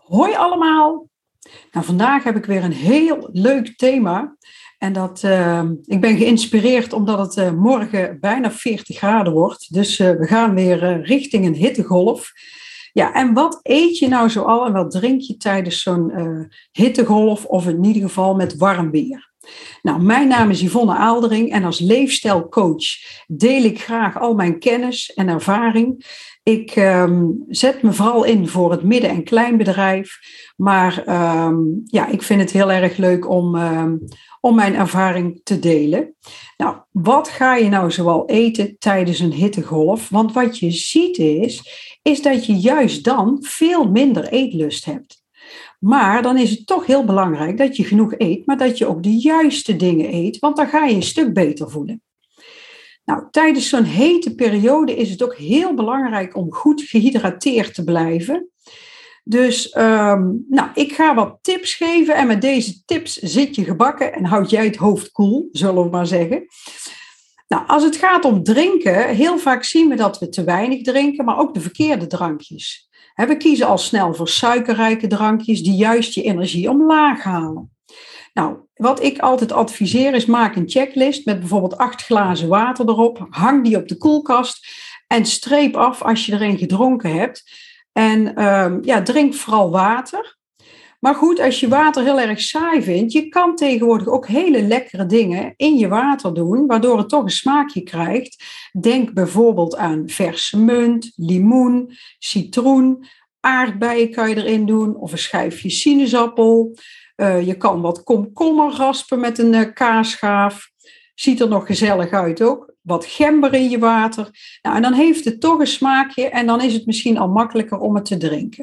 Hoi allemaal! Nou, vandaag heb ik weer een heel leuk thema. En ik ben geïnspireerd omdat het morgen bijna 40 graden wordt. Dus we gaan weer richting een hittegolf. Ja, en wat eet je nou zoal en wat drink je tijdens zo'n hittegolf of in ieder geval met warm weer? Nou, mijn naam is Yvonne Aaldering en als leefstijlcoach deel ik graag al mijn kennis en ervaring. Ik zet me vooral in voor het midden- en kleinbedrijf, maar ik vind het heel erg leuk om mijn ervaring te delen. Nou, wat ga je nou zoal eten tijdens een hittegolf? Want wat je ziet is dat je juist dan veel minder eetlust hebt. Maar dan is het toch heel belangrijk dat je genoeg eet, maar dat je ook de juiste dingen eet, want dan ga je een stuk beter voelen. Nou, tijdens zo'n hete periode is het ook heel belangrijk om goed gehydrateerd te blijven. Dus ik ga wat tips geven en met deze tips zit je gebakken en houd jij het hoofd koel, zullen we maar zeggen. Nou, als het gaat om drinken, heel vaak zien we dat we te weinig drinken, maar ook de verkeerde drankjes. We kiezen al snel voor suikerrijke drankjes die juist je energie omlaag halen. Nou, wat ik altijd adviseer is maak een checklist met bijvoorbeeld 8 glazen water erop. Hang die op de koelkast en streep af als je erin gedronken hebt. En drink vooral water. Maar goed, als je water heel erg saai vindt, je kan tegenwoordig ook hele lekkere dingen in je water doen, waardoor het toch een smaakje krijgt. Denk bijvoorbeeld aan verse munt, limoen, citroen, aardbeien kan je erin doen of een schijfje sinaasappel. Je kan wat komkommer raspen met een kaasschaaf. Ziet er nog gezellig uit ook. Wat gember in je water. Nou, en dan heeft het toch een smaakje en dan is het misschien al makkelijker om het te drinken.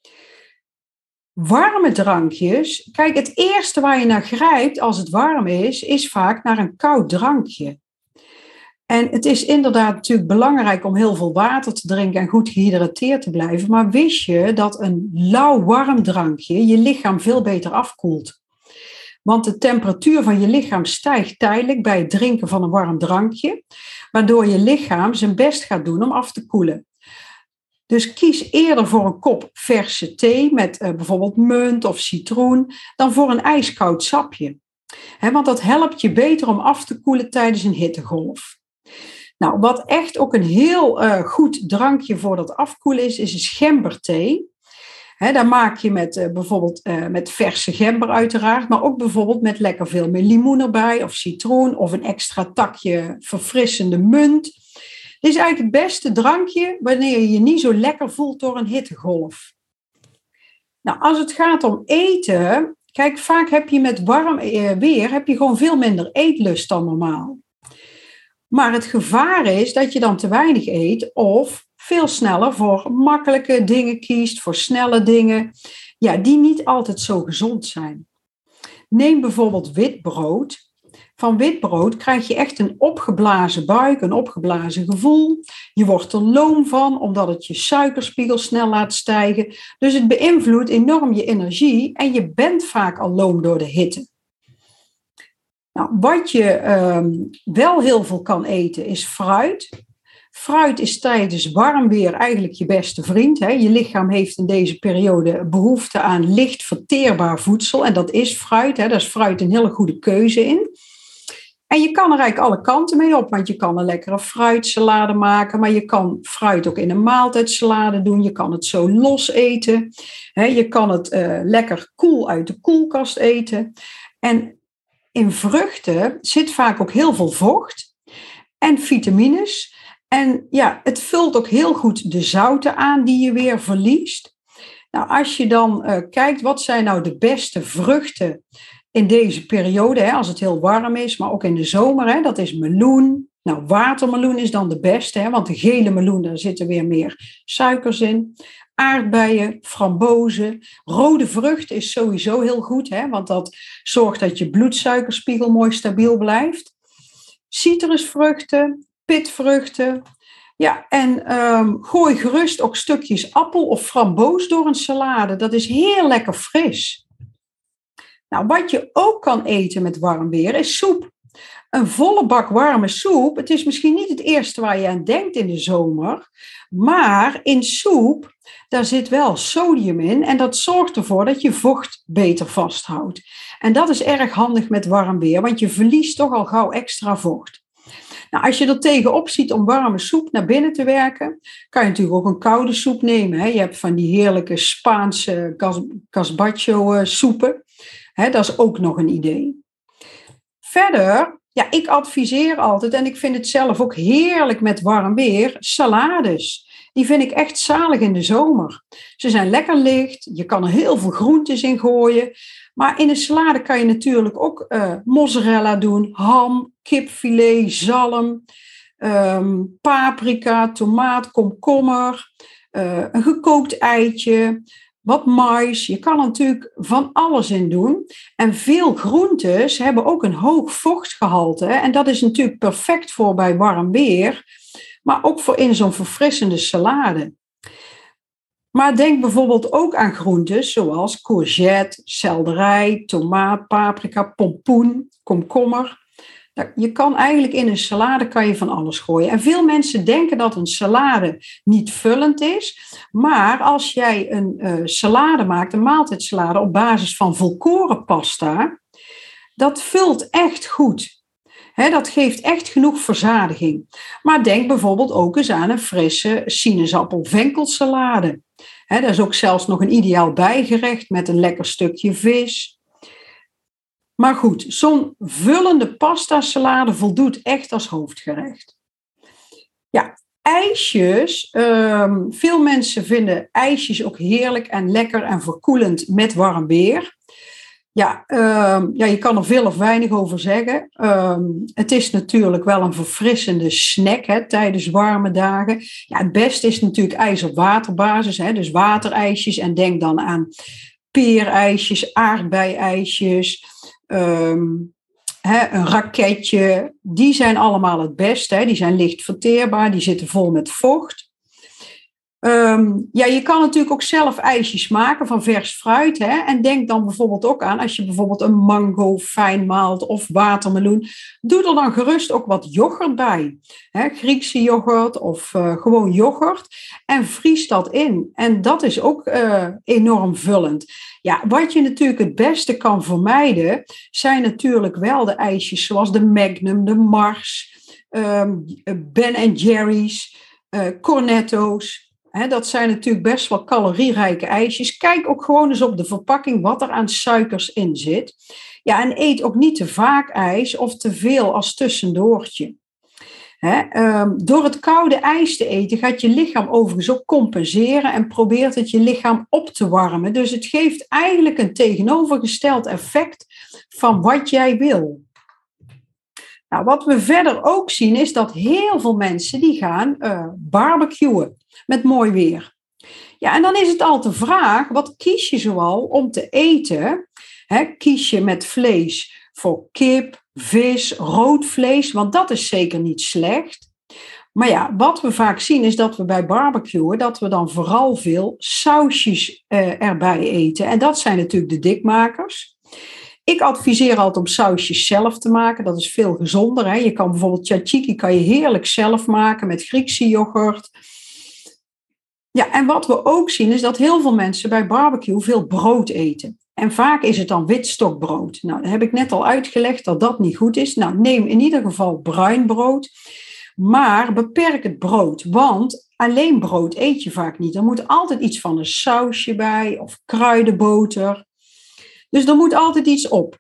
Warme drankjes. Kijk, het eerste waar je naar grijpt als het warm is vaak naar een koud drankje. En het is inderdaad natuurlijk belangrijk om heel veel water te drinken en goed gehydrateerd te blijven. Maar wist je dat een lauw warm drankje je lichaam veel beter afkoelt? Want de temperatuur van je lichaam stijgt tijdelijk bij het drinken van een warm drankje, waardoor je lichaam zijn best gaat doen om af te koelen. Dus kies eerder voor een kop verse thee met bijvoorbeeld munt of citroen dan voor een ijskoud sapje. Want dat helpt je beter om af te koelen tijdens een hittegolf. Nou, wat echt ook een heel goed drankje voor dat afkoelen is gemberthee. Daar maak je bijvoorbeeld met verse gember uiteraard, maar ook bijvoorbeeld met lekker veel meer limoen erbij of citroen of een extra takje verfrissende munt. Dit is eigenlijk het beste drankje wanneer je je niet zo lekker voelt door een hittegolf. Nou, als het gaat om eten, kijk, vaak heb je met warm weer gewoon veel minder eetlust dan normaal. Maar het gevaar is dat je dan te weinig eet of veel sneller voor makkelijke dingen kiest, voor snelle dingen, die niet altijd zo gezond zijn. Neem bijvoorbeeld witbrood. Van witbrood krijg je echt een opgeblazen buik, een opgeblazen gevoel. Je wordt er loom van, omdat het je suikerspiegel snel laat stijgen. Dus het beïnvloedt enorm je energie en je bent vaak al loom door de hitte. Nou, wat je wel heel veel kan eten is fruit. Fruit is tijdens warm weer eigenlijk je beste vriend. Je lichaam heeft in deze periode behoefte aan licht verteerbaar voedsel. En dat is fruit. Daar is fruit een hele goede keuze in. En je kan er eigenlijk alle kanten mee op. Want je kan een lekkere fruitsalade maken. Maar je kan fruit ook in een maaltijdsalade doen. Je kan het zo los eten. Je kan het lekker koel uit de koelkast eten. En in vruchten zit vaak ook heel veel vocht en vitamines. En het vult ook heel goed de zouten aan die je weer verliest. Nou, als je dan kijkt, wat zijn nou de beste vruchten in deze periode, als het heel warm is, maar ook in de zomer, dat is meloen. Nou, watermeloen is dan de beste, want de gele meloen, daar zitten weer meer suikers in. Aardbeien, frambozen, rode vrucht is sowieso heel goed, want dat zorgt dat je bloedsuikerspiegel mooi stabiel blijft. Citrusvruchten, pitvruchten. Ja, en gooi gerust ook stukjes appel of framboos door een salade. Dat is heel lekker fris. Nou, wat je ook kan eten met warm weer is soep. Een volle bak warme soep, het is misschien niet het eerste waar je aan denkt in de zomer, maar in soep, daar zit wel sodium in en dat zorgt ervoor dat je vocht beter vasthoudt. En dat is erg handig met warm weer, want je verliest toch al gauw extra vocht. Nou, als je er tegenop ziet om warme soep naar binnen te werken, kan je natuurlijk ook een koude soep nemen. Hè. Je hebt van die heerlijke Spaanse gazpacho soepen. Hè, dat is ook nog een idee. Verder, ja, ik adviseer altijd, en ik vind het zelf ook heerlijk met warm weer, salades. Die vind ik echt zalig in de zomer. Ze zijn lekker licht, je kan er heel veel groentes in gooien. Maar in een salade kan je natuurlijk ook mozzarella doen, ham, kipfilet, zalm, paprika, tomaat, komkommer, een gekookt eitje, wat mais. Je kan er natuurlijk van alles in doen. En veel groentes hebben ook een hoog vochtgehalte. En dat is natuurlijk perfect voor bij warm weer, maar ook voor in zo'n verfrissende salade. Maar denk bijvoorbeeld ook aan groentes zoals courgette, selderij, tomaat, paprika, pompoen, komkommer. Je kan eigenlijk in een salade kan je van alles gooien. En veel mensen denken dat een salade niet vullend is. Maar als jij een salade maakt, een maaltijdsalade op basis van volkorenpasta, dat vult echt goed. Dat geeft echt genoeg verzadiging. Maar denk bijvoorbeeld ook eens aan een frisse sinaasappel-venkelsalade. Dat is ook zelfs nog een ideaal bijgerecht met een lekker stukje vis. Maar goed, zo'n vullende pasta-salade voldoet echt als hoofdgerecht. Ja, ijsjes. Veel mensen vinden ijsjes ook heerlijk en lekker en verkoelend met warm weer. Ja, je kan er veel of weinig over zeggen. Het is natuurlijk wel een verfrissende snack tijdens warme dagen. Ja, het beste is natuurlijk ijs op waterbasis, dus waterijsjes. En denk dan aan peerijsjes, aardbeiijsjes, een raketje. Die zijn allemaal het beste. Die zijn licht verteerbaar, die zitten vol met vocht. Je kan natuurlijk ook zelf ijsjes maken van vers fruit. En denk dan bijvoorbeeld ook aan, als je bijvoorbeeld een mango fijn maalt of watermeloen, doe er dan gerust ook wat yoghurt bij. Griekse yoghurt of gewoon yoghurt. En vries dat in. En dat is ook enorm vullend. Ja, wat je natuurlijk het beste kan vermijden, zijn natuurlijk wel de ijsjes zoals de Magnum, de Mars, Ben Jerry's, Cornetto's. Dat zijn natuurlijk best wel calorierijke ijsjes. Kijk ook gewoon eens op de verpakking wat er aan suikers in zit. Ja, en eet ook niet te vaak ijs of te veel als tussendoortje. Door het koude ijs te eten gaat je lichaam overigens ook compenseren en probeert het je lichaam op te warmen. Dus het geeft eigenlijk een tegenovergesteld effect van wat jij wil. Nou, wat we verder ook zien is dat heel veel mensen die gaan barbecuen met mooi weer. Ja, en dan is het al de vraag, wat kies je zoal om te eten? Kies je met vlees voor kip, vis, rood vlees, want dat is zeker niet slecht. Maar ja, wat we vaak zien is dat we bij barbecuen, dat we dan vooral veel sausjes erbij eten. En dat zijn natuurlijk de dikmakers. Ik adviseer altijd om sausjes zelf te maken. Dat is veel gezonder. Je kan bijvoorbeeld tzatziki kan je heerlijk zelf maken met Griekse yoghurt. Ja, en wat we ook zien is dat heel veel mensen bij barbecue veel brood eten. En vaak is het dan wit stokbrood. Nou, dat heb ik net al uitgelegd dat dat niet goed is. Nou, neem in ieder geval bruin brood. Maar beperk het brood, want alleen brood eet je vaak niet. Er moet altijd iets van een sausje bij of kruidenboter. Dus er moet altijd iets op.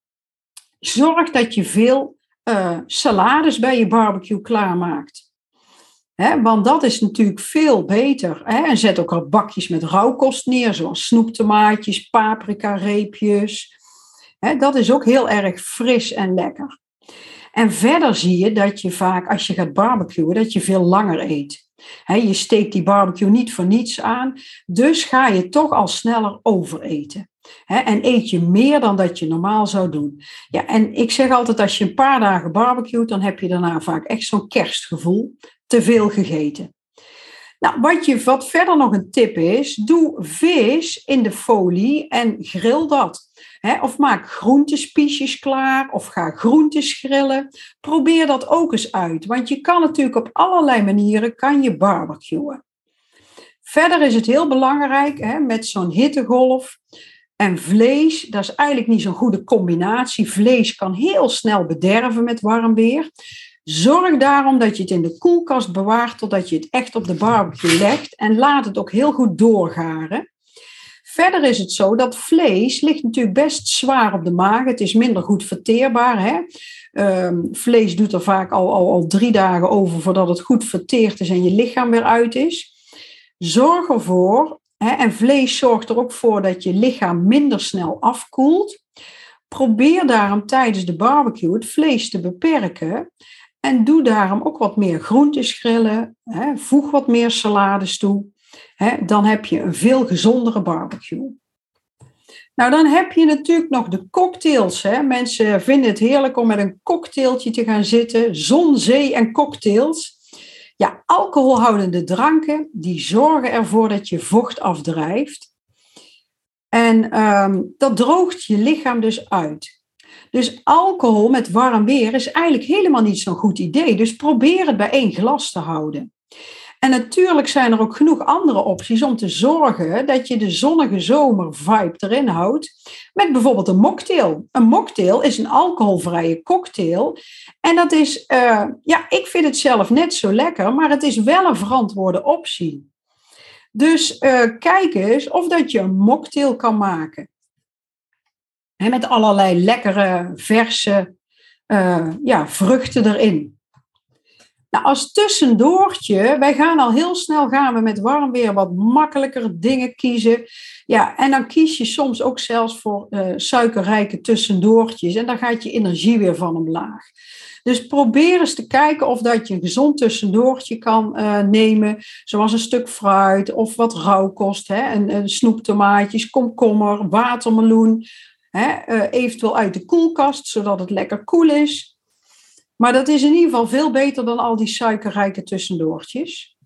Zorg dat je veel salades bij je barbecue klaarmaakt. Want dat is natuurlijk veel beter. En zet ook er bakjes met rauwkost neer, zoals snoeptomaatjes, paprika-reepjes. Dat is ook heel erg fris en lekker. En verder zie je dat je vaak, als je gaat barbecuen, dat je veel langer eet. Je steekt die barbecue niet voor niets aan, dus ga je toch al sneller overeten. En eet je meer dan dat je normaal zou doen. Ja, en ik zeg altijd, als je een paar dagen barbecuet, dan heb je daarna vaak echt zo'n kerstgevoel. Te veel gegeten. Nou, wat verder nog een tip is, doe vis in de folie en grill dat. Of maak groentespiesjes klaar of ga groentes grillen. Probeer dat ook eens uit, want je kan natuurlijk op allerlei manieren barbecuen. Verder is het heel belangrijk met zo'n hittegolf en vlees. Dat is eigenlijk niet zo'n goede combinatie. Vlees kan heel snel bederven met warm weer. Zorg daarom dat je het in de koelkast bewaart totdat je het echt op de barbecue legt en laat het ook heel goed doorgaren. Verder is het zo dat vlees ligt natuurlijk best zwaar op de maag. Het is minder goed verteerbaar. Vlees doet er vaak al 3 dagen over voordat het goed verteerd is en je lichaam weer uit is. Zorg ervoor, en vlees zorgt er ook voor dat je lichaam minder snel afkoelt. Probeer daarom tijdens de barbecue het vlees te beperken. En doe daarom ook wat meer groentes grillen. Voeg wat meer salades toe. Dan heb je een veel gezondere barbecue. Nou, dan heb je natuurlijk nog de cocktails. Mensen vinden het heerlijk om met een cocktailtje te gaan zitten. Zon, zee en cocktails. Ja, alcoholhoudende dranken, die zorgen ervoor dat je vocht afdrijft. En dat droogt je lichaam dus uit. Dus alcohol met warm weer is eigenlijk helemaal niet zo'n goed idee. Dus probeer het bij 1 glas te houden. En natuurlijk zijn er ook genoeg andere opties om te zorgen dat je de zonnige zomervibe erin houdt. Met bijvoorbeeld een mocktail. Een mocktail is een alcoholvrije cocktail. En dat is, ik vind het zelf net zo lekker, maar het is wel een verantwoorde optie. Dus kijk eens of dat je een mocktail kan maken. Met allerlei lekkere, verse vruchten erin. Nou, als tussendoortje, wij gaan al heel snel met warm weer wat makkelijker dingen kiezen. Ja, en dan kies je soms ook zelfs voor suikerrijke tussendoortjes. En dan gaat je energie weer van omlaag. Dus probeer eens te kijken of dat je een gezond tussendoortje kan nemen. Zoals een stuk fruit of wat rauwkost. Een snoeptomaatjes, komkommer, watermeloen. Eventueel uit de koelkast, zodat het lekker koel is. Maar dat is in ieder geval veel beter dan al die suikerrijke tussendoortjes.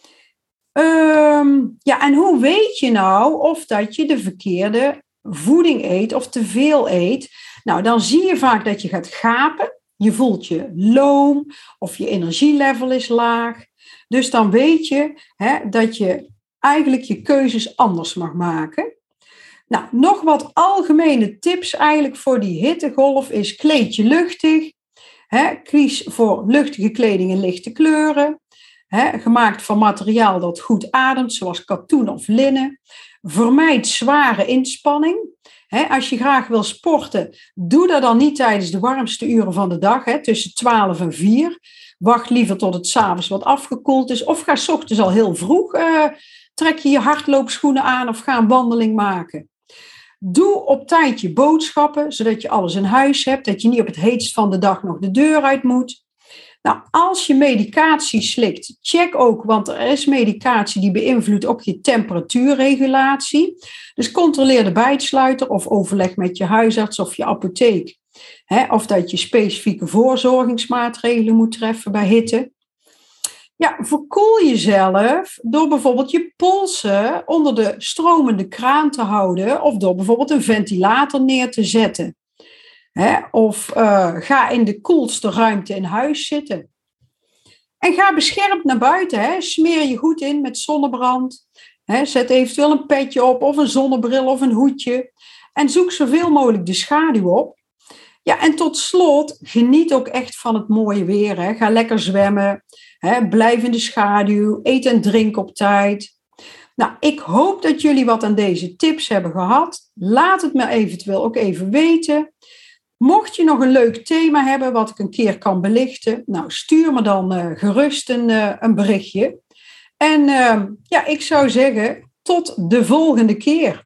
En hoe weet je nou of dat je de verkeerde voeding eet of te veel eet? Nou, dan zie je vaak dat je gaat gapen. Je voelt je loom of je energielevel is laag. Dus dan weet je dat je eigenlijk je keuzes anders mag maken. Nou, nog wat algemene tips eigenlijk voor die hittegolf is: kleed je luchtig. Kies voor luchtige kleding en lichte kleuren. Gemaakt van materiaal dat goed ademt, zoals katoen of linnen. Vermijd zware inspanning. Als je graag wil sporten, doe dat dan niet tijdens de warmste uren van de dag, tussen 12 en 4. Wacht liever tot het 's avonds wat afgekoeld is. Of ga 's ochtends al heel vroeg, trek je hardloopschoenen aan of ga een wandeling maken. Doe op tijd je boodschappen, zodat je alles in huis hebt, dat je niet op het heetst van de dag nog de deur uit moet. Nou, als je medicatie slikt, check ook, want er is medicatie die beïnvloedt ook je temperatuurregulatie. Dus controleer de bijtsluiter of overleg met je huisarts of je apotheek. Of dat je specifieke voorzorgingsmaatregelen moet treffen bij hitte. Ja, verkoel jezelf door bijvoorbeeld je polsen onder de stromende kraan te houden of door bijvoorbeeld een ventilator neer te zetten. Of ga in de koelste ruimte in huis zitten. En ga beschermd naar buiten. Smeer je goed in met zonnebrand. Zet eventueel een petje op of een zonnebril of een hoedje. En zoek zoveel mogelijk de schaduw op. Ja, en tot slot, geniet ook echt van het mooie weer. Ga lekker zwemmen. Blijf in de schaduw. Eet en drink op tijd. Nou, ik hoop dat jullie wat aan deze tips hebben gehad. Laat het me eventueel ook even weten. Mocht je nog een leuk thema hebben wat ik een keer kan belichten, nou, stuur me dan gerust een berichtje. En ik zou zeggen, tot de volgende keer.